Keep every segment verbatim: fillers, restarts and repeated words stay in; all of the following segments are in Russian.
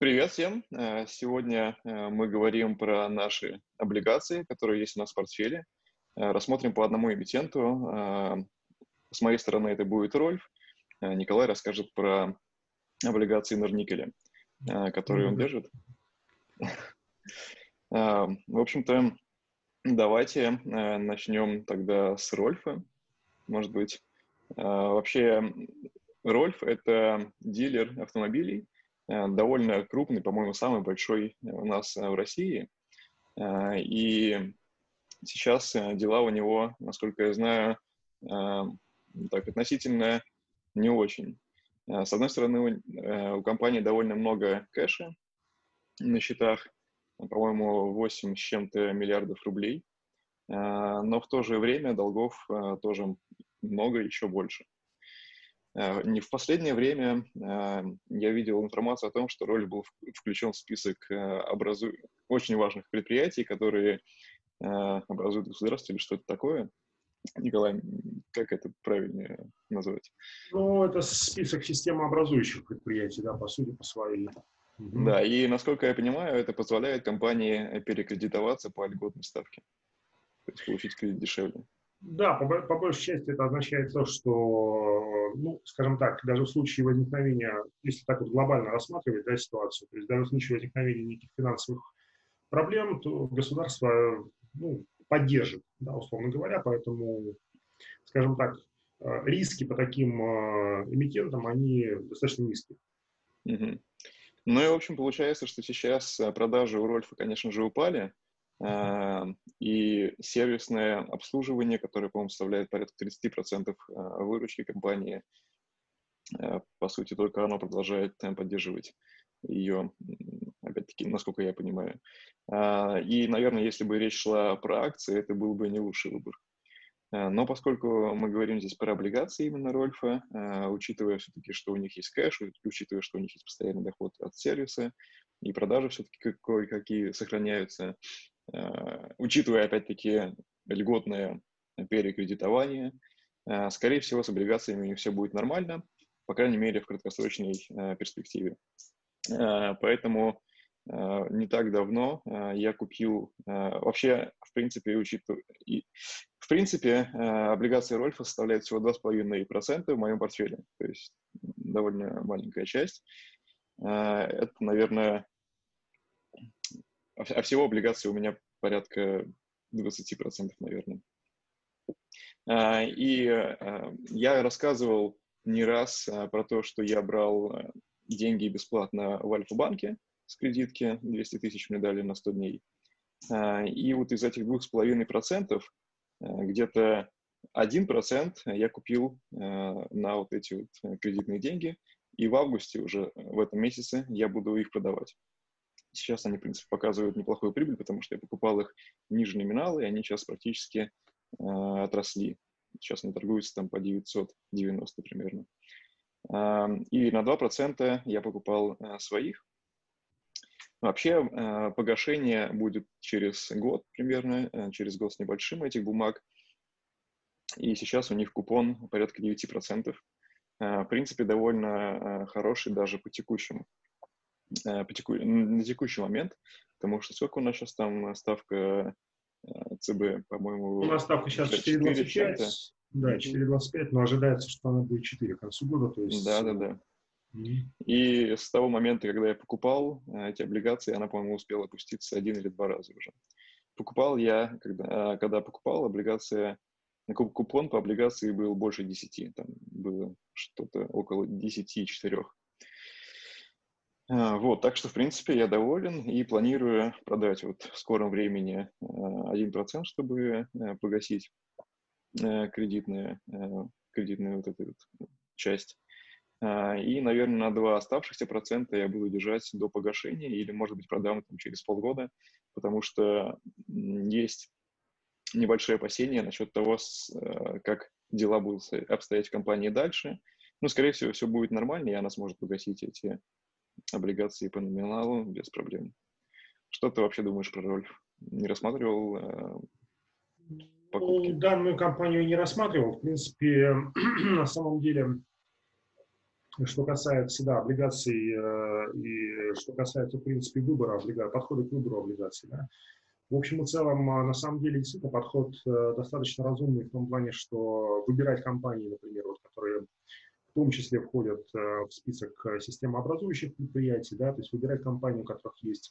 Привет всем! Э, Сегодня э, мы говорим про наши облигации, которые есть у нас в портфеле. Э, Рассмотрим по одному эмитенту. Э, С моей стороны это будет Рольф. Э, Николай расскажет про облигации Норникеля, э, которые он Мгм. держит. Э, В общем-то, давайте э, начнем тогда с Рольфа, может быть. Э, Вообще, м, Рольф — это дилер автомобилей, э, довольно крупный, по-моему, самый большой э, у нас э, в России. Э, И сейчас э, дела у него, насколько я знаю, э, так относительно не очень. Э, С одной стороны, у э, у компании довольно много кэша на счетах, э, по-моему, восемь с чем-то миллиардов рублей, э, но в то же время долгов э, тоже много, еще больше. Э, Не в последнее время э, я видел информацию о том, что Роль был в- включен в список э, образу... очень важных предприятий, которые э, образуют государство или что-то такое. Николай, м, как это правильнее назвать? Ну, это список системообразующих предприятий, да, по сути, по своей. Мгм. Да, и насколько я понимаю, это позволяет компании э, перекредитоваться по льготной ставке, то есть получить кредит дешевле. Да, по, бо- по большей части это означает то, что, ну, скажем так, даже в случае возникновения, если так вот глобально рассматривать, да, ситуацию, то есть даже в случае возникновения неких финансовых проблем, то государство, ну, поддержит, да, условно говоря, поэтому, скажем так, э, риски по таким э, эмитентам, они достаточно низкие. Мгм. Ну и, в общем, получается, что сейчас э, продажи у Рольфа, конечно же, упали, а, и сервисное обслуживание, которое, по-моему, составляет порядка тридцать процентов а, выручки компании, э, по сути, только оно продолжает э, поддерживать ее, м, опять-таки, насколько я понимаю. А, И, наверное, если бы речь шла про акции, это был бы не лучший выбор. Э, Но поскольку мы говорим здесь про облигации именно Рольфа, э, учитывая все-таки, что у них есть кэш, и учитывая, что у них есть постоянный доход от сервиса, и продажи все-таки кое-какие сохраняются, э, учитывая, опять-таки, льготное перекредитование, э, скорее всего, с облигациями у них все будет нормально, по крайней мере, в краткосрочной э, перспективе. Э, Поэтому э, не так давно э, я купил, э, вообще, в принципе, учитывая, и, в принципе, э, облигации Рольфа составляют всего два с половиной процента в моем портфеле, то есть довольно маленькая часть. Э, Это, наверное, а вс- а всего облигаций у меня порядка двадцать процентов, наверное. А, И э, я рассказывал не раз э, про то, что я брал э, деньги бесплатно в Альфа-банке с кредитки, двести тысяч мне дали на сто дней. А, И вот из этих двух с половиной процентов э, где-то один процент я купил э, на вот эти вот э, кредитные деньги, и в августе уже, э, в этом месяце, я буду их продавать. Сейчас они, в принципе, показывают неплохую прибыль, потому что я покупал их ниже номинала, и они сейчас практически э, отросли. Сейчас они торгуются там по девятьсот девяносто примерно. А, И на два процента я покупал э, своих. Вообще э, погашение будет через год примерно, э, через год с небольшим этих бумаг. И сейчас у них купон порядка девять процентов. Э, В принципе, довольно э, хороший даже по текущему, э, по теку- на текущий момент, потому что сколько у нас сейчас там ставка э, ЦБ, У по-моему, нас ставка сейчас уже четыре с четыре двадцать чем-то. пять, да, Мгм. четыре двадцать пять, но ожидается, что она будет четыре к концу года, то есть... э, Да-да-да. м. И с того момента, когда я покупал э, эти облигации, она, по-моему, успела опуститься один или два раза уже. Покупал я, когда, э, когда покупал облигация, ну, куп- купон по облигации был больше десяти, там было что-то около десяти четырех. А, Вот, так что, в принципе, я доволен и планирую продать вот в скором времени э, один процент, чтобы э, погасить э, кредитную, э, кредитную вот эту вот часть. А, И, наверное, на два оставшихся процента я буду держать до погашения или, может быть, продам там через полгода, потому что м, есть небольшие опасения насчет того, с, э, как дела будут с- обстоять в компании дальше. Ну, скорее всего, все будет нормально, и она сможет погасить эти облигации по номиналу без проблем. Что ты вообще думаешь про Рольф? Не рассматривал э, Ну, покупки? данную компанию не рассматривал. В принципе, на самом деле, Что касается, да, облигаций, э, и что касается, в принципе, выбора облигаций, подхода к выбору облигаций, да. В общем и целом, э, на самом деле, действительно, подход э, достаточно разумный в том плане, что выбирать компании, например, вот, которые в том числе входят э, в список э, системообразующих предприятий, да, то есть выбирать компании, у которых есть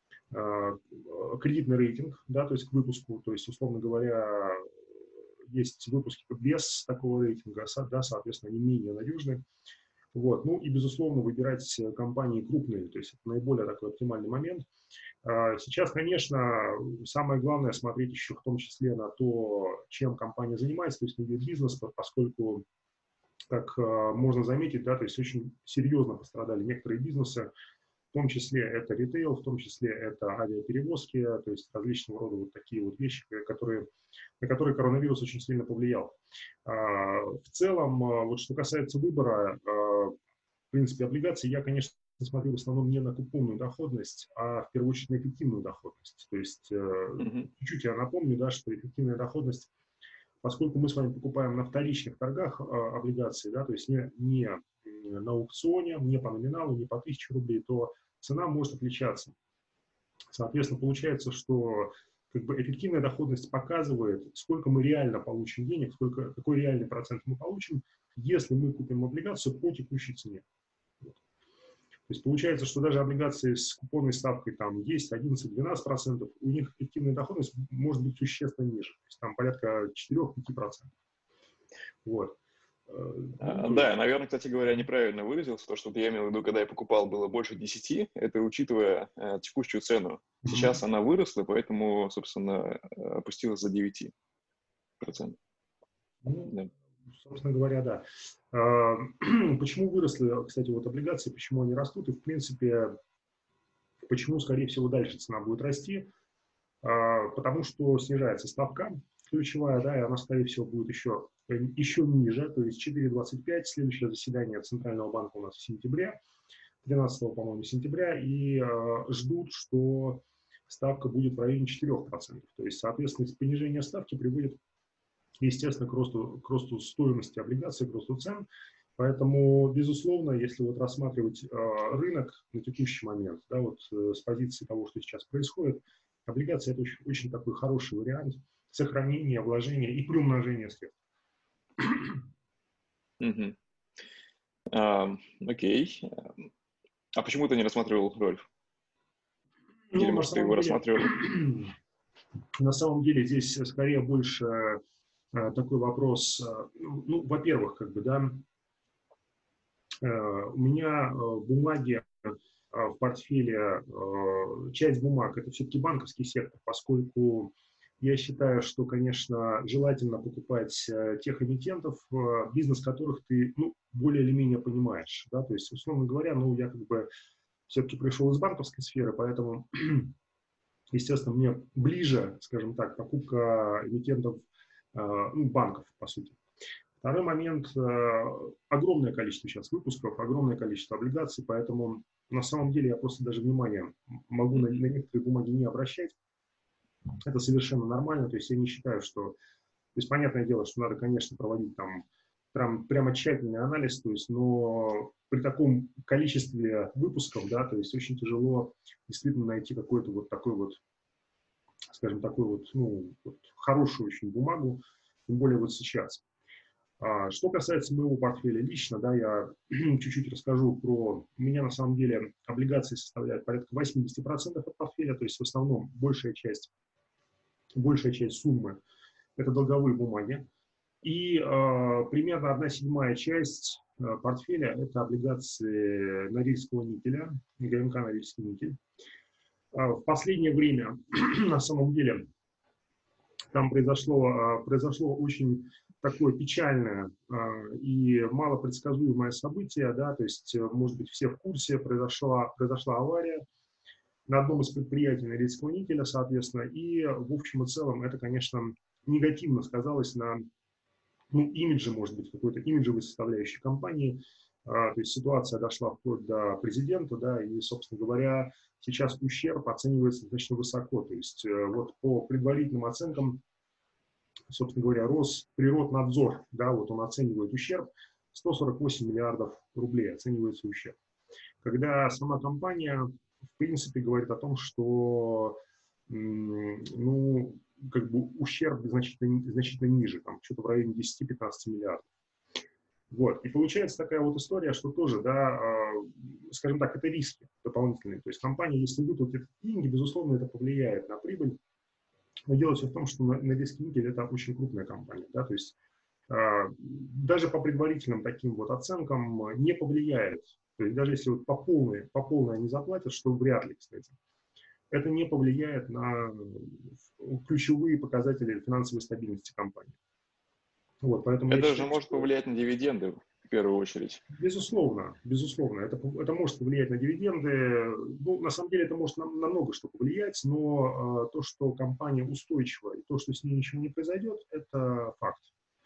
э, кредитный рейтинг, да, то есть к выпуску, то есть, условно говоря, есть выпуски без такого рейтинга, да, соответственно, они менее надежны. Вот. Ну и, безусловно, выбирать компании крупные, то есть это наиболее такой оптимальный момент. Сейчас, конечно, самое главное смотреть еще в том числе на то, чем компания занимается, то есть на вид бизнеса, поскольку, как можно заметить, да, то есть очень серьезно пострадали некоторые бизнесы, в том числе это ритейл, в том числе это авиаперевозки, то есть различного рода вот такие вот вещи, которые, на которые коронавирус очень сильно повлиял. В целом, вот что касается выбора, в принципе, облигаций, я, конечно, смотрю в основном не на купонную доходность, а в первую очередь на эффективную доходность. То есть Mm-hmm. чуть-чуть я напомню, да, что эффективная доходность, поскольку мы с вами покупаем на вторичных торгах облигации, да, то есть не, не на аукционе, не по номиналу, не по тысяче рублей, то цена может отличаться. Соответственно, получается, что как бы эффективная доходность показывает, сколько мы реально получим денег, сколько, какой реальный процент мы получим, если мы купим облигацию по текущей цене. Вот. То есть получается, что даже облигации с купонной ставкой там десять, одиннадцать, двенадцать процентов, у них эффективная доходность может быть существенно ниже, то есть там порядка четыре-пять процентов. Вот. Ну, да, есть... наверное, кстати говоря, неправильно выразился. То, что я имел в виду, когда я покупал, было больше десяти, это учитывая э, текущую цену. Сейчас mm-hmm. она выросла, поэтому, собственно, опустилась за девять процентов. Ну, да. Собственно говоря, да. А, почему выросли, кстати, вот облигации, почему они растут, и, в принципе, почему, скорее всего, дальше цена будет расти? А, потому что снижается ставка ключевая, да, и она, скорее всего, будет еще, еще ниже, то есть четыре двадцать пять, следующее заседание Центрального банка у нас в сентябре, тринадцатого, по-моему, сентября, и э, ждут, что ставка будет в районе четырех процентов. То есть, соответственно, понижение ставки приводит, естественно, к росту, к росту стоимости облигаций, к росту цен. Поэтому, безусловно, если вот рассматривать э, рынок на текущий момент, да, вот э, с позиции того, что сейчас происходит, облигации – это очень, очень такой хороший вариант сохранения, вложения и приумножения средств. Mm-hmm. uh, окей. А почему ты не рассматривал Рольф? Ну, Или, может, ты его деле, рассматривал? На самом деле здесь скорее больше э, такой вопрос. Э, ну, во-первых, как бы, да, э, у меня э, бумаги э, в портфеле, э, часть бумаг – это все-таки банковский сектор, поскольку я считаю, что, конечно, желательно покупать э, тех эмитентов, э, бизнес которых ты, ну, более или менее понимаешь, да, то есть, условно говоря, ну, я как бы все-таки пришел из банковской сферы, поэтому, естественно, мне ближе, скажем так, покупка эмитентов, э, ну, банков, по сути. Второй момент, э, огромное количество сейчас выпусков, огромное количество облигаций, поэтому на самом деле я просто даже внимания могу на, на некоторые бумаги не обращать. Это совершенно нормально, то есть я не считаю, что... То есть понятное дело, что надо, конечно, проводить там прям, прямо тщательный анализ, то есть, но при таком количестве выпусков, да, то есть очень тяжело действительно найти какой-то вот такой вот, скажем, такой вот, ну, вот хорошую очень бумагу, тем более вот сейчас. А, что касается моего портфеля лично, да, я чуть-чуть расскажу про... У меня на самом деле облигации составляют порядка восемьдесят процентов от портфеля, то есть в основном большая часть большая часть суммы – это долговые бумаги. И э, примерно одна седьмая часть э, портфеля – это облигации Норильского никеля, ГМК Норильский никель. Э, в последнее время, на самом деле, там произошло, э, произошло очень такое печальное э, и малопредсказуемое событие, да, то есть, может быть, все в курсе, произошла, произошла авария на одном из предприятий Норильского никеля, соответственно, и в общем и целом это, конечно, негативно сказалось на, ну, имидже, может быть, какой-то имиджевой составляющей компании. А, то есть ситуация дошла вплоть до президента, да, и, собственно говоря, сейчас ущерб оценивается достаточно высоко. То есть вот по предварительным оценкам, собственно говоря, Росприроднадзор, да, вот он оценивает ущерб сто сорок восемь миллиардов рублей оценивается ущерб. Когда сама компания, в принципе, говорит о том, что ну, как бы ущерб значительно, значительно ниже, там что-то в районе десяти-пятнадцати миллиардов. Вот. И получается такая вот история, что тоже, да, скажем так, это риски дополнительные. То есть компания, если выплатит деньги, безусловно, это повлияет на прибыль. Но дело все в том, что на, на вес никель это очень крупная компания. Да, то есть э, даже по предварительным таким вот оценкам не повлияет. То есть даже если вот по полной, по полной они заплатят, что вряд ли, кстати, это не повлияет на ключевые показатели финансовой стабильности компании. Вот, поэтому это я же считаю, может что... повлиять на дивиденды в первую очередь. Безусловно, безусловно. Это, это может повлиять на дивиденды. Ну, на самом деле это может на, на много что повлиять, но э, то, что компания устойчива и то, что с ней ничего не произойдет, это факт.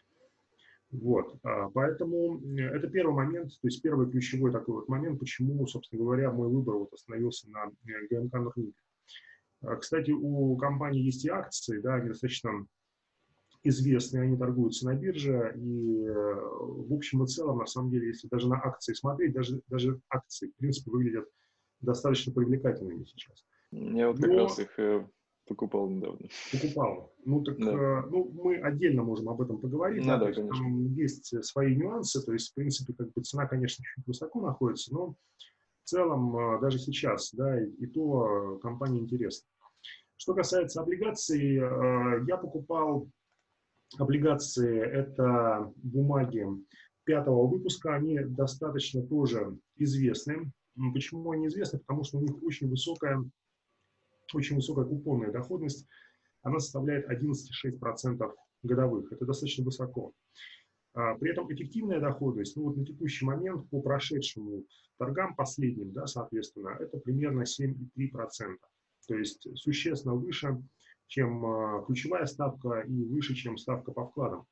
Вот. А, поэтому это первый момент, то есть первый ключевой такой вот момент, почему, собственно говоря, мой выбор вот остановился на ГМК Норникель. Кстати, у компании есть и акции, да, они достаточно известные, они торгуются на бирже, и в общем и целом, на самом деле, если даже на акции смотреть, даже, даже акции, в принципе, выглядят достаточно привлекательными сейчас. Я вот как Но... раз их э, покупал недавно. Покупал. Ну, так Да. э, ну, мы отдельно можем об этом поговорить, Ну, да, да, то есть конечно. там есть свои нюансы, то есть, в принципе, как бы цена, конечно, чуть высоко находится, но в целом, э, даже сейчас, да, и, и то э, компания интересна. Что касается облигаций, э, я покупал облигации, это бумаги пятого выпуска, они достаточно тоже известны. Почему они известны? Потому что у них очень высокая, очень высокая купонная доходность, она составляет одиннадцать целых шесть десятых процента годовых. Это достаточно высоко. При этом эффективная доходность, ну вот на текущий момент по прошедшим торгам последним, да, соответственно, это примерно семь целых три десятых процента. То есть существенно выше, чем ключевая ставка и выше, чем ставка по вкладам.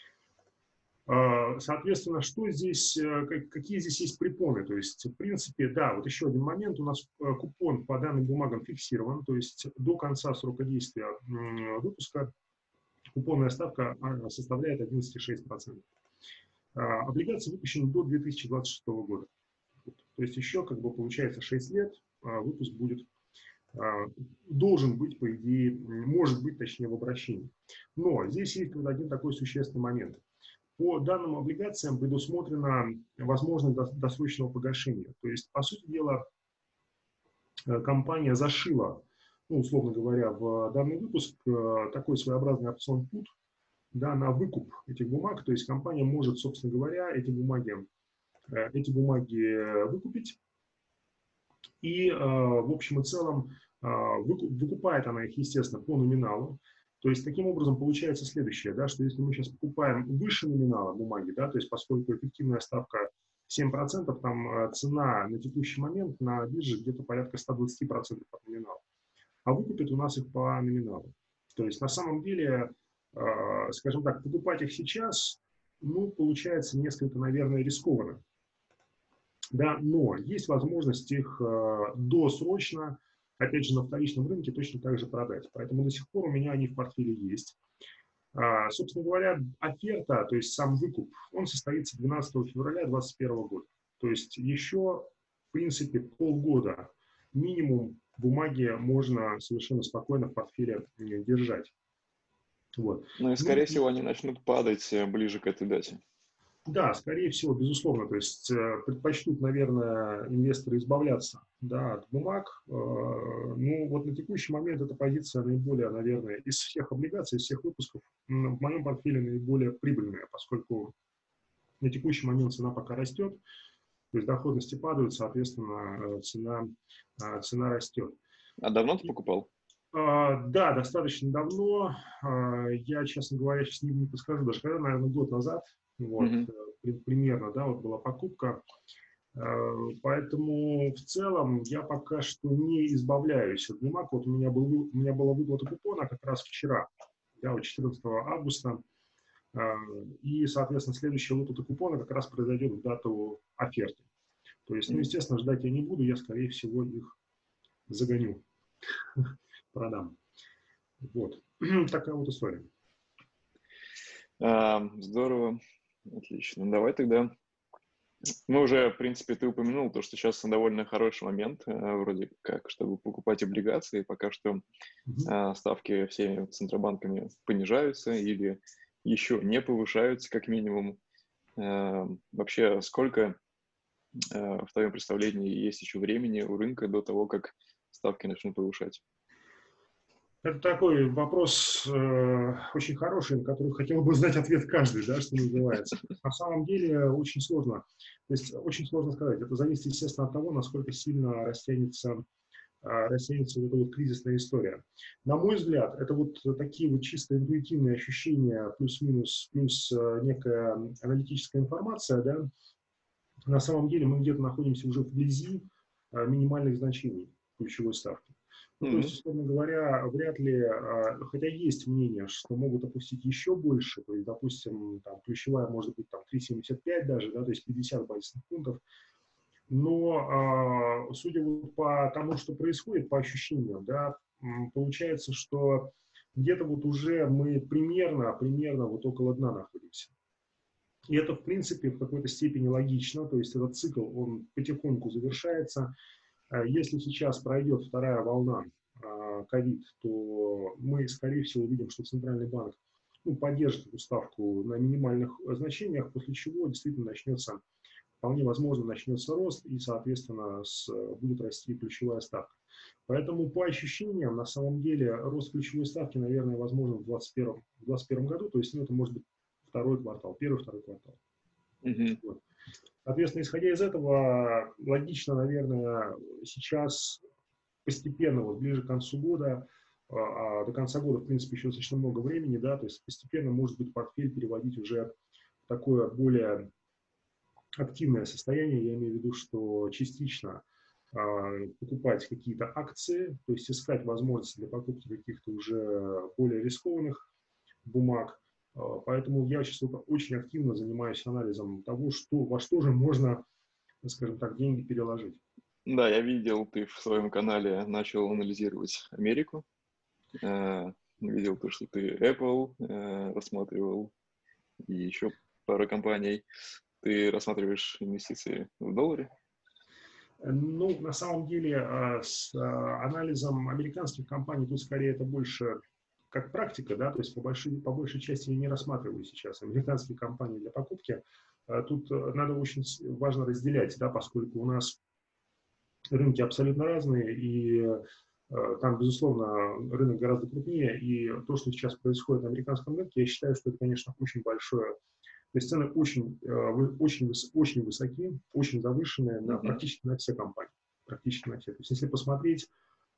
Соответственно, что здесь, какие здесь есть препоны? То есть, в принципе, да, вот еще один момент, у нас купон по данным бумагам фиксирован, то есть до конца срока действия выпуска купонная ставка составляет одиннадцать целых шесть десятых процента. Облигации выпущены до две тысячи двадцать шестого года. То есть еще, как бы, получается, шесть лет выпуск будет, должен быть, по идее, может быть, точнее, в обращении. Но здесь есть вот один такой существенный момент. По данным облигациям предусмотрена возможность досрочного погашения. То есть, по сути дела, компания зашила, ну, условно говоря, в данный выпуск такой своеобразный опцион-пут, да, на выкуп этих бумаг. То есть компания может, собственно говоря, эти бумаги, эти бумаги выкупить. И в общем и целом выкупает она их, естественно, по номиналу. То есть таким образом получается следующее, да, что если мы сейчас покупаем выше номинала бумаги, да, то есть поскольку эффективная ставка семь процентов, там цена на текущий момент на бирже где-то порядка ста двадцати процентов от номинала. А выкупит у нас их по номиналу. То есть на самом деле, э, скажем так, покупать их сейчас, ну, получается несколько, наверное, рискованно. Да, но есть возможность их э, досрочно, опять же, на вторичном рынке точно так же продать. Поэтому до сих пор у меня они в портфеле есть. А, собственно говоря, оферта, то есть сам выкуп, он состоится двенадцатого февраля две тысячи двадцать первого года. То есть еще, в принципе, полгода минимум бумаги можно совершенно спокойно в портфеле держать. Вот. Ну и, скорее ну, всего, они начнут падать ближе к этой дате. Да, скорее всего, безусловно. То есть предпочтут, наверное, инвесторы избавляться, да, от бумаг. Ну, вот на текущий момент эта позиция наиболее, наверное, из всех облигаций, из всех выпусков в моем портфеле наиболее прибыльная, поскольку на текущий момент цена пока растет, то есть доходности падают, соответственно, цена, цена растет. А давно ты покупал? Да, достаточно давно. Я, честно говоря, сейчас не, не подскажу, даже когда, наверное, год назад. Вот, mm-hmm. примерно, да, вот была покупка. Поэтому в целом я пока что не избавляюсь от бумаг. Вот у меня, был, у меня была выплата купона как раз вчера, да, вот четырнадцатого августа. И, соответственно, следующая выплата купона как раз произойдет в дату оферты. То есть, ну, естественно, ждать я не буду, я, скорее всего, их загоню, продам. Вот. Такая вот история. А, здорово. Отлично. Давай тогда Мы уже, в принципе, ты упомянул то, что сейчас довольно хороший момент, вроде как, чтобы покупать облигации. Пока что Угу. ставки всеми центробанками понижаются или еще не повышаются, как минимум. Вообще, сколько, в твоем представлении, есть еще времени у рынка до того, как ставки начнут повышать? Это такой вопрос э, очень хороший, на который хотел бы знать ответ каждый, да, что называется. На самом деле очень сложно. То есть очень сложно сказать. Это зависит, естественно, от того, насколько сильно растянется, э, растянется вот эта вот кризисная история. На мой взгляд, это вот такие вот чисто интуитивные ощущения, плюс-минус, плюс э, некая аналитическая информация, да. На самом деле мы где-то находимся уже вблизи э, минимальных значений ключевой ставки. Ну, то есть, Mm-hmm. условно говоря, вряд ли, хотя есть мнение, что могут опустить еще больше, то есть, допустим, там, ключевая может быть там три семьдесят пять даже, да, то есть пятьдесят базисных пунктов, но судя вот по тому, что происходит, по ощущениям, да, получается, что где-то вот уже мы примерно, примерно вот около дна находимся. И это, в принципе, в какой-то степени логично, то есть этот цикл, он потихоньку завершается. Если сейчас пройдет вторая волна ковид, то мы, скорее всего, увидим, что Центральный банк ну, поддержит эту ставку на минимальных значениях, после чего действительно начнется, вполне возможно, начнется рост и, соответственно, с, будет расти ключевая ставка. Поэтому, по ощущениям, на самом деле, рост ключевой ставки, наверное, возможен в двадцать первом, в двадцать первом году, то есть ну, это может быть второй квартал, первый-второй квартал. Mm-hmm. Вот. Соответственно, исходя из этого, логично, наверное, сейчас постепенно, вот ближе к концу года, а до конца года, в принципе, еще достаточно много времени, да, то есть постепенно, может быть, портфель переводить уже в такое более активное состояние, я имею в виду, что частично э, покупать какие-то акции, то есть искать возможности для покупки каких-то уже более рискованных бумаг. Поэтому я сейчас очень активно занимаюсь анализом того, что, во что же можно, скажем так, деньги переложить. Да, я видел, ты в своем канале начал анализировать Америку. Э, видел то, что ты Apple э, рассматривал и еще пару компаний. Ты рассматриваешь инвестиции в долларе? Ну, на самом деле, с анализом американских компаний тут скорее это больше как практика, да, то есть по большой, по большей части я не рассматриваю сейчас американские компании для покупки. Тут надо очень важно разделять, да, поскольку у нас рынки абсолютно разные, и там, безусловно, рынок гораздо крупнее, и то, что сейчас происходит на американском рынке, я считаю, что это, конечно, очень большое. То есть цены очень, очень, очень высоки, очень завышенные на, практически на все компании. Практически на все. То есть если посмотреть,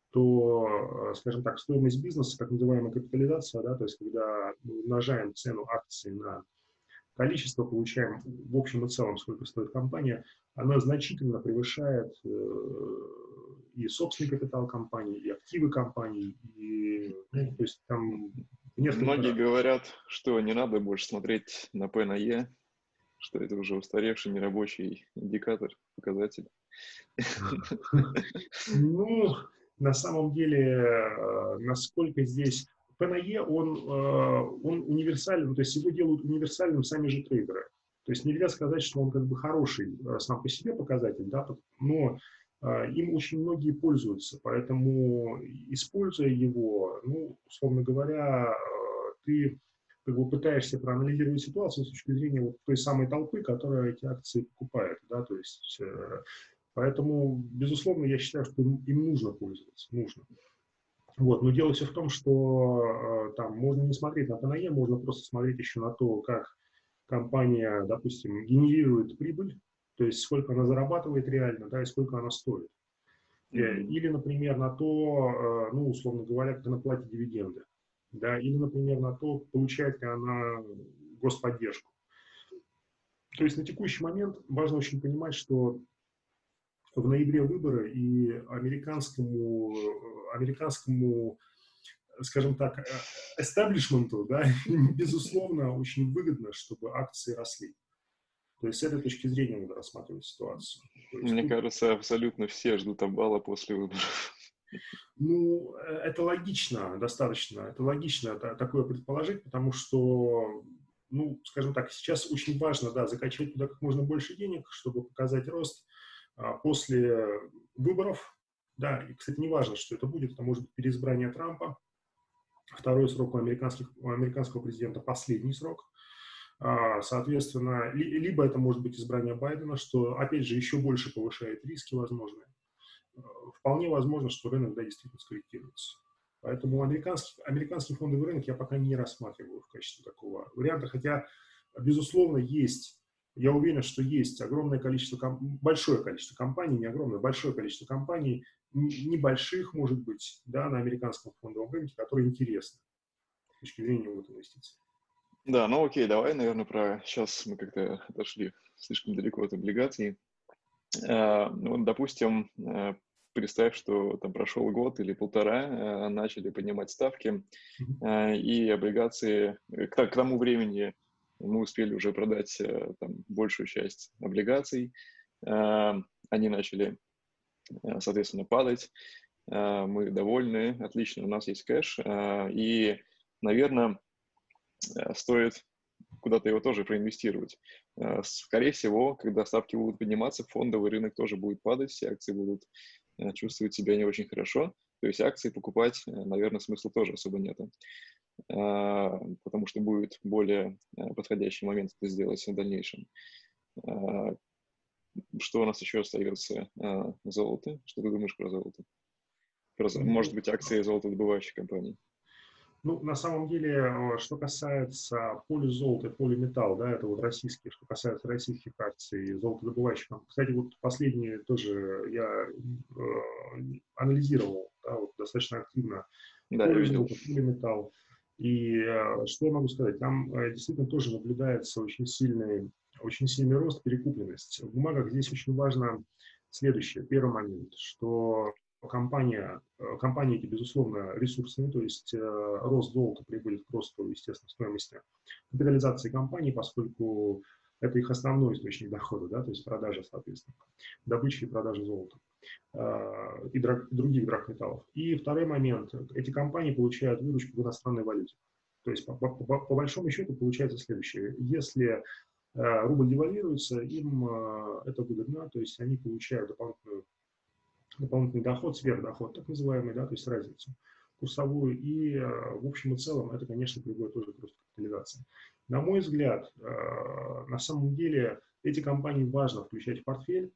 то, скажем так, стоимость бизнеса, так называемая капитализация, да, то есть когда мы умножаем цену акций на количество, получаем в общем и целом, сколько стоит компания, она значительно превышает э, и собственный капитал компании, и активы компании, и, ну, то есть там несколько Многие раз. говорят, что не надо больше смотреть на P на E, что это уже устаревший нерабочий индикатор, показатель. Ну, на самом деле, насколько здесь P на E, он, он универсален, то есть его делают универсальным сами же трейдеры. То есть нельзя сказать, что он как бы хороший сам по себе показатель, да, но им очень многие пользуются, поэтому, используя его, ну, условно говоря, ты как бы пытаешься проанализировать ситуацию с точки зрения вот той самой толпы, которая эти акции покупает, да, то есть поэтому, безусловно, я считаю, что им, им нужно пользоваться, нужно. Вот. Но дело все в том, что э, там можно не смотреть на P на E, можно просто смотреть еще на то, как компания, допустим, генерирует прибыль, то есть сколько она зарабатывает реально, да, и сколько она стоит. Mm-hmm. Или, например, на то, э, ну, условно говоря, как она платит дивиденды, да, или, например, на то, получает ли она господдержку. То есть на текущий момент важно очень понимать, что в ноябре выборы, и американскому, американскому, скажем так, эстаблишменту, да, безусловно, очень выгодно, чтобы акции росли. То есть с этой точки зрения надо рассматривать ситуацию. Мне тут, кажется, абсолютно все ждут обвала после выборов. Ну, это логично достаточно, это логично это, такое предположить, потому что ну, скажем так, сейчас очень важно, да, закачивать туда как можно больше денег, чтобы показать рост а, после выборов. Да, и, кстати, не важно, что это будет, это может быть переизбрание Трампа, второй срок у, американских, у американского президента, последний срок. А, соответственно, ли, либо это может быть избрание Байдена, что, опять же, еще больше повышает риски возможные. Вполне возможно, что рынок, да, действительно скорректируется. Поэтому американский, американский фондовый рынок я пока не рассматриваю в качестве такого варианта, хотя, безусловно, есть, я уверен, что есть огромное количество, большое количество компаний, не огромное, большое количество компаний, небольших, может быть, да, на американском фондовом рынке, которые интересны с точки зрения вот инвестиций. Да, ну окей, давай, наверное, про... Сейчас мы как-то отошли слишком далеко от облигаций. Uh, ну, допустим, uh, представь, что там прошел год или полтора, uh, начали поднимать ставки, uh, и облигации, к, к тому времени мы успели уже продать uh, там, большую часть облигаций, uh, они начали, uh, соответственно, падать, uh, мы довольны, отлично, у нас есть кэш, uh, и, наверное, uh, стоит куда-то его тоже проинвестировать. Скорее всего, когда ставки будут подниматься, фондовый рынок тоже будет падать, все акции будут чувствовать себя не очень хорошо. То есть акции покупать, наверное, смысла тоже особо нет. Потому что будет более подходящий момент это сделать в дальнейшем. Что у нас еще остается? Золото. Что ты думаешь про золото? Про, может быть, акции золотодобывающих компаний? Ну, на самом деле, что касается полизолота и полиметалл, да, это вот российские, что касается российских акций, золотодобывающих, кстати, вот последние тоже я э, анализировал, да, вот достаточно активно да, полизолото, полиметалл. И э, что я могу сказать, там э, действительно тоже наблюдается очень сильный, очень сильный рост, перекупленность. В бумагах здесь очень важно следующее. Первый момент, что Компания, компании эти, безусловно, ресурсные, то есть э, рост золота приводит к росту, естественно, стоимости капитализации компании, поскольку это их основной источник дохода, да, то есть продажа, соответственно, добыча и продажа золота э, и, драг, и других драгметаллов. И второй момент, эти компании получают выручку в иностранной валюте. То есть, по, по, по, по большому счету, получается следующее. Если э, рубль девальвируется, им э, это выгодно, то есть они получают дополнительную дополнительный доход, сверхдоход, так называемый, да, то есть разницу курсовую, и в общем и целом это, конечно, приводит тоже к росту капитализации. На мой взгляд, на самом деле эти компании важно включать в портфель,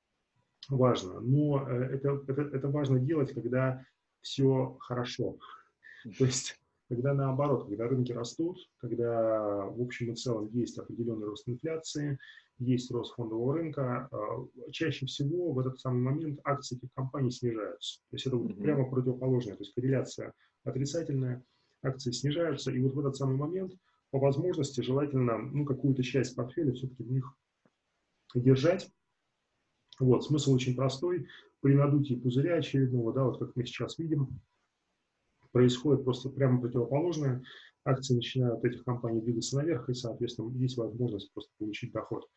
важно, но это, это, это важно делать, когда все хорошо, то есть когда наоборот, когда рынки растут, когда в общем и целом есть определенный рост инфляции, есть рост фондового рынка, чаще всего в этот самый момент акции этих компаний снижаются. То есть это вот прямо противоположное, то есть корреляция отрицательная, акции снижаются, и вот в этот самый момент по возможности желательно ну, какую-то часть портфеля все-таки в них держать. Вот, смысл очень простой. При надутии пузыря очередного, да, вот как мы сейчас видим, происходит просто прямо противоположное. Акции начинают этих компаний двигаться наверх, и, соответственно, есть возможность просто получить доход.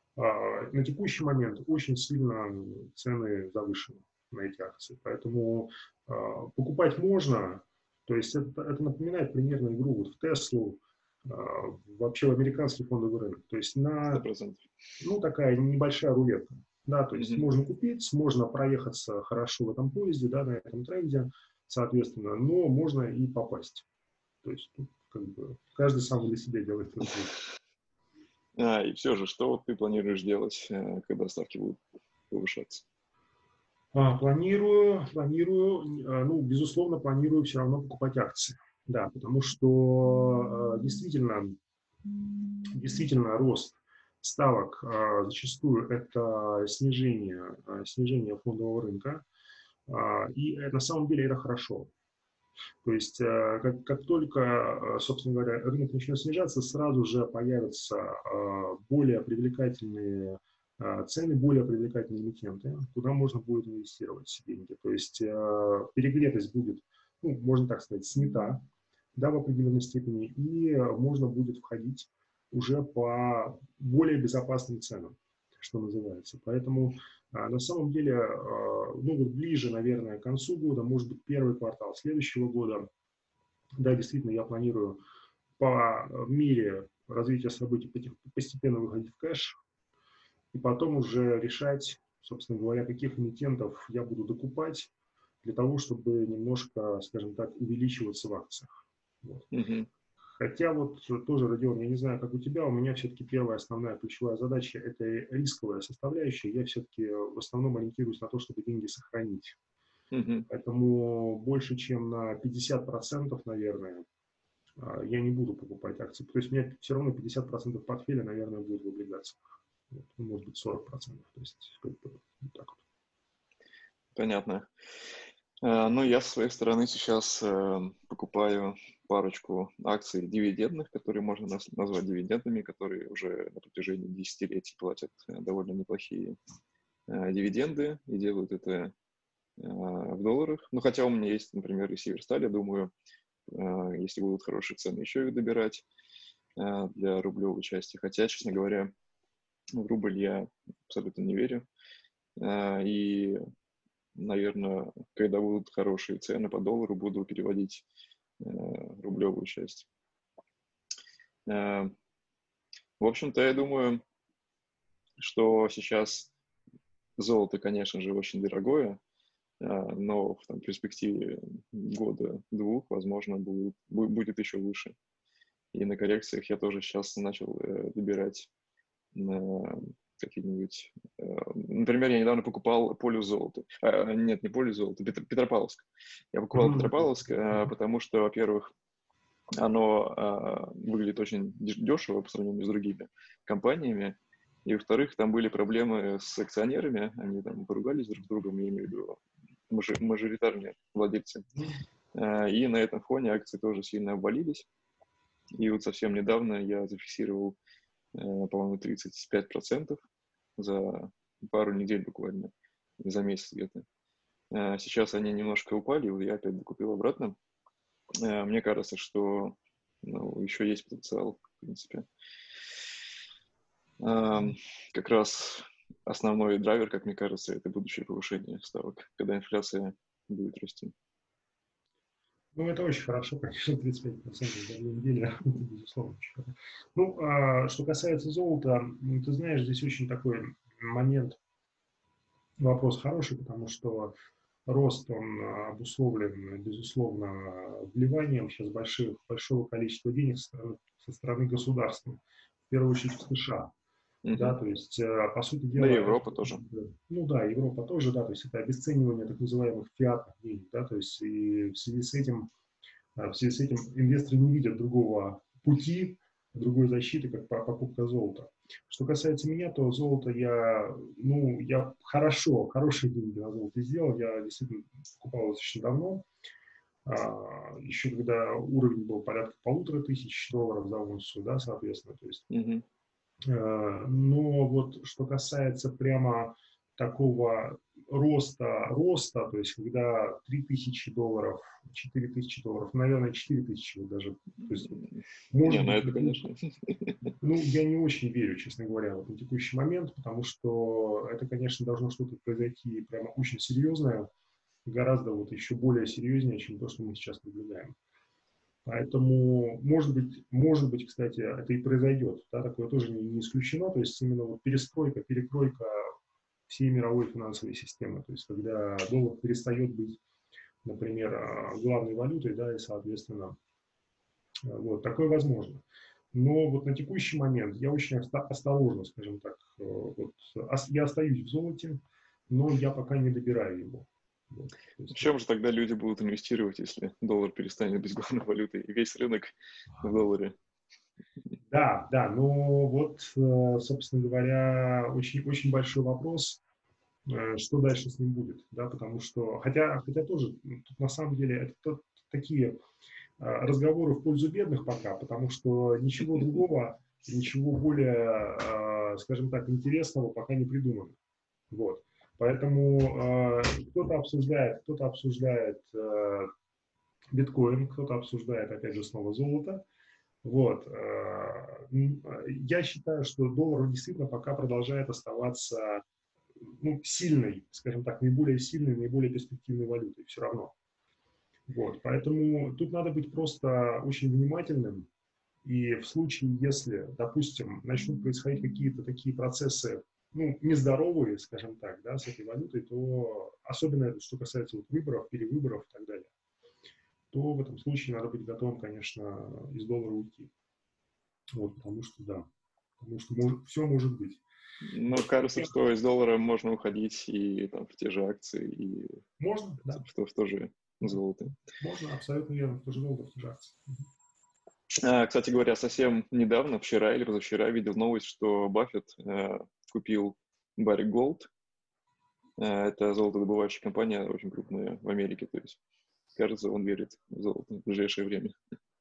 На текущий момент очень сильно цены завышены на эти акции, поэтому покупать можно, то есть это, это напоминает примерно игру вот в Теслу, вообще в американский фондовый рынок, то есть на, сто процентов. ну, такая небольшая рулетка, да, то есть Mm-hmm. можно купить, можно проехаться хорошо в этом поезде, да, на этом тренде, соответственно, но можно и попасть, то есть тут как бы каждый сам для себя делает это. А, и все же, что вот ты планируешь делать, когда ставки будут повышаться? А, планирую, планирую, ну, безусловно, планирую все равно покупать акции. Да, потому что действительно, действительно рост ставок зачастую это снижение, снижение фондового рынка. И на самом деле это хорошо. То есть, как, как только, собственно говоря, рынок начнет снижаться, сразу же появятся более привлекательные цены, более привлекательные эмитенты, куда можно будет инвестировать деньги. То есть, перегретость будет, ну, можно так сказать, снята, да, в определенной степени, и можно будет входить уже по более безопасным ценам, что называется. Поэтому на самом деле, ну вот ближе, наверное, к концу года, может быть, первый квартал следующего года, да, действительно, я планирую по мере развития событий постепенно выходить в кэш и потом уже решать, собственно говоря, каких эмитентов я буду докупать для того, чтобы немножко, скажем так, увеличиваться в акциях. Вот. Mm-hmm. Хотя вот тоже, Родион, я не знаю, как у тебя, у меня все-таки первая основная ключевая задача – это рисковая составляющая. Я все-таки в основном ориентируюсь на то, чтобы деньги сохранить. Mm-hmm. Поэтому больше, чем на пятьдесят процентов, наверное, я не буду покупать акции. То есть у меня все равно пятьдесят процентов портфеля, наверное, будет в облигациях. Вот. Ну, может быть, сорок процентов. То есть вот так вот. Понятно. Ну, я со своей стороны сейчас покупаю парочку акций дивидендных, которые можно назвать дивидендами, которые уже на протяжении десятилетий платят довольно неплохие дивиденды и делают это в долларах. Ну, хотя у меня есть, например, и Северсталь, я думаю, если будут хорошие цены, еще их добирать для рублевой части. Хотя, честно говоря, в рубль я абсолютно не верю. И, наверное, когда будут хорошие цены по доллару, буду переводить рублевую часть. В общем-то, я думаю, что сейчас золото, конечно же, очень дорогое, но в там, перспективе года-двух, возможно, будет, будет еще выше. И на коррекциях я тоже сейчас начал э, добирать на какие-нибудь... Э, например, я недавно покупал полюс золота. А, нет, не полюс золота, Петр, Петропавловск. Я покупал mm-hmm. Петропавловск, э, потому что, во-первых, оно э, выглядит очень дешево по сравнению с другими компаниями. И, во-вторых, там были проблемы с акционерами, они там поругались друг с другом, я имею в виду мажоритарные владельцы. И на этом фоне акции тоже сильно обвалились. И вот совсем недавно я зафиксировал, по-моему, тридцать пять процентов за пару недель буквально, за месяц где-то. Сейчас они немножко упали, и я опять докупил обратно. Мне кажется, что ну, еще есть потенциал, в принципе. Как раз основной драйвер, как мне кажется, это будущее повышение ставок, когда инфляция будет расти. Ну, это очень хорошо, конечно, тридцать пять процентов за две недели, безусловно. Ну, а, что касается золота, ты знаешь, здесь очень такой момент, вопрос хороший, потому что рост, он обусловлен, безусловно, вливанием сейчас больших, большого количества денег со стороны, со стороны государства, в первую очередь в США. Mm-hmm. Да, то есть, по сути дела... Да, Европа это, тоже. Ну да, Европа тоже, да, то есть это обесценивание так называемых фиатных денег, да, то есть и в связи с этим, в связи с этим инвесторы не видят другого пути, другой защиты, как покупка золота. Что касается меня, то золото я, ну, я хорошо, хорошие деньги на золото сделал, я действительно покупал достаточно давно, а, еще когда уровень был порядка полутора тысяч долларов за унцию, да, соответственно, то есть... Mm-hmm. Но вот что касается прямо такого роста, роста, то есть когда три тысячи долларов, четыре тысячи долларов, наверное, четыре тысячи вот даже. То есть, может не, ну быть, это, конечно. Ну, я не очень верю, честно говоря, вот на текущий момент, потому что это, конечно, должно что-то произойти прямо очень серьезное, гораздо вот еще более серьезнее, чем то, что мы сейчас наблюдаем. Поэтому, может быть, может быть, кстати, это и произойдет, да, такое тоже не, не исключено, то есть именно вот перестройка, перекройка всей мировой финансовой системы, то есть когда доллар перестает быть, например, главной валютой, да, и, соответственно, вот, такое возможно. Но вот на текущий момент я очень осторожно, скажем так, вот, я остаюсь в золоте, но я пока не добираю его. Вот. В чем же тогда люди будут инвестировать, если доллар перестанет быть главной валютой и весь рынок в долларе? Да, да, ну вот, собственно говоря, очень, очень большой вопрос, что дальше с ним будет, да, потому что, хотя, хотя тоже, тут на самом деле, это такие разговоры в пользу бедных пока, потому что ничего другого, ничего более, скажем так, интересного пока не придумано, вот. Поэтому э, кто-то обсуждает, кто-то обсуждает э, биткоин, кто-то обсуждает, опять же, снова золото. Вот. Э, я считаю, что доллар действительно пока продолжает оставаться ну, сильной, скажем так, наиболее сильной, наиболее перспективной валютой все равно. Вот. Поэтому тут надо быть просто очень внимательным И в случае, если, допустим, начнут происходить какие-то такие процессы, ну, нездоровые, скажем так, да, с этой валютой, то особенно это, что касается вот выборов, перевыборов и так далее, то в этом случае надо быть готовым, конечно, из доллара уйти. Вот, потому что, да, потому что может, все может быть. Ну, кажется, что из доллара можно уходить и там, в те же акции, и Можно, да. в то, в то же золото. Можно, абсолютно верно, в то же доллар, в те же акции. А, кстати говоря, совсем недавно, вчера или позавчера, видел новость, что Баффет э, купил Barrick Gold. Э, это золотодобывающая компания, очень крупная в Америке. То есть, кажется, он верит в золото в ближайшее время.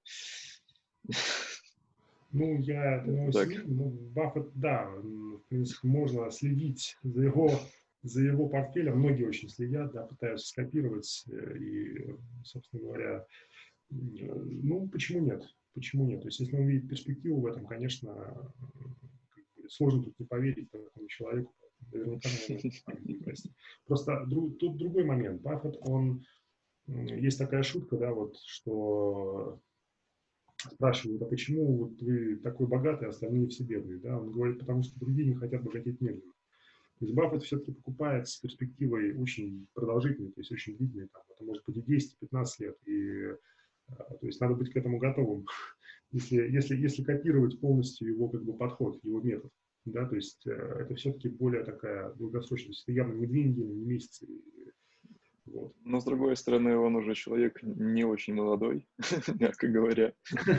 Ну, я это новость не видел, но Баффет, да, в принципе, можно следить за его, за его портфелем. Многие очень следят, да, пытаются скопировать. И, собственно говоря, ну, почему нет? Почему нет? То есть, если он видит перспективу в этом, конечно, как бы сложно тут не поверить такому человеку. Наверняка, наверное, просто друг, тут другой момент. Баффет, он... Есть такая шутка, да, вот, что спрашивают, а почему вот вы такой богатый, а остальные все бедные, да? Он говорит, потому что другие не хотят богатеть медленно. То есть Баффет все-таки покупает с перспективой очень продолжительной, то есть очень длительной, там, это может быть и десять-пятнадцать лет, и то есть надо быть к этому готовым, если, если, если копировать полностью его как бы подход, его метод, да, то есть это все-таки более такая долгосрочность, это явно не две недели, не месяцы. Вот. Но, с другой стороны, он уже человек не очень молодой, мягко говоря.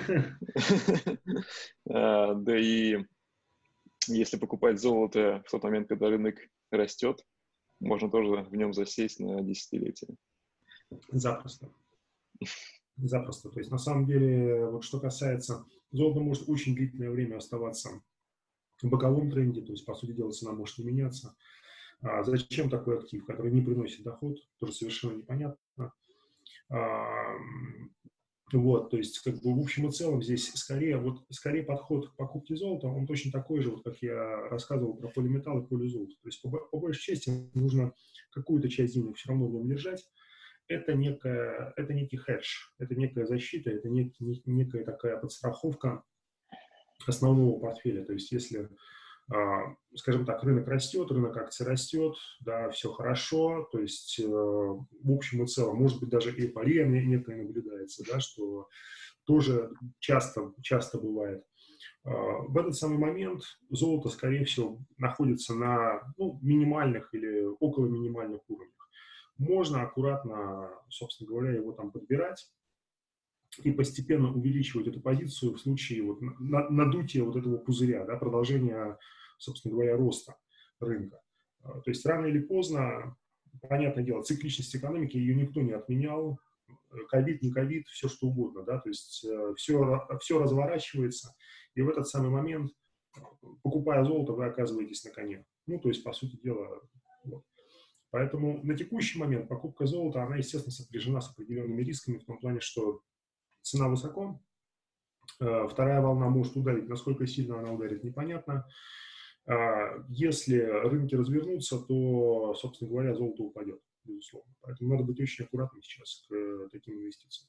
Да и если покупать золото в тот момент, когда рынок растет, можно тоже в нем засесть на десятилетия. Запросто. Запросто. То есть, на самом деле, вот что касается... Золото может очень длительное время оставаться в боковом тренде, то есть, по сути дела, цена может не меняться. А зачем такой актив, который не приносит доход, тоже совершенно непонятно. А, вот, то есть, как бы, в общем и целом, здесь скорее, вот, скорее подход к покупке золота, он точно такой же, вот, как я рассказывал про полиметалл и полизолото. То есть, по, по большей части, нужно какую-то часть денег все равно в нем держать. Это, некая, это некий хедж, это некая защита, это нек, нек, некая такая подстраховка основного портфеля. То есть, если, скажем так, рынок растет, рынок акций растет, да, все хорошо, то есть, в общем и целом, может быть, даже эйфория некая наблюдается, да, что тоже часто, часто бывает. В этот самый момент золото, скорее всего, находится на, ну, минимальных или около минимальных уровнях. Можно аккуратно, собственно говоря, его там подбирать и постепенно увеличивать эту позицию в случае вот надутия вот этого пузыря, да, продолжения, собственно говоря, роста рынка. То есть рано или поздно, понятное дело, цикличность экономики, ее никто не отменял, ковид, не ковид, все что угодно, да, то есть все, все разворачивается, и в этот самый момент, покупая золото, вы оказываетесь на коне. Ну, то есть, по сути дела, вот. Поэтому на текущий момент покупка золота, она, естественно, сопряжена с определенными рисками в том плане, что цена высоко, вторая волна может ударить, насколько сильно она ударит, непонятно. Если рынки развернутся, то, собственно говоря, золото упадет, безусловно. Поэтому надо быть очень аккуратным сейчас к таким инвестициям.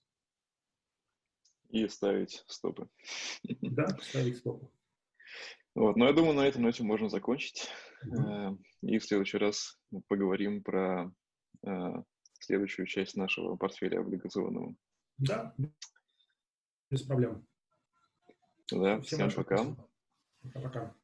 И ставить стопы. Да, ставить стопы. Вот, но я думаю, на этой ноте можно закончить. Mm-hmm. И в следующий раз поговорим про э, следующую часть нашего портфеля облигационного. Да, без проблем. Да, всем, всем пока. Пока-пока.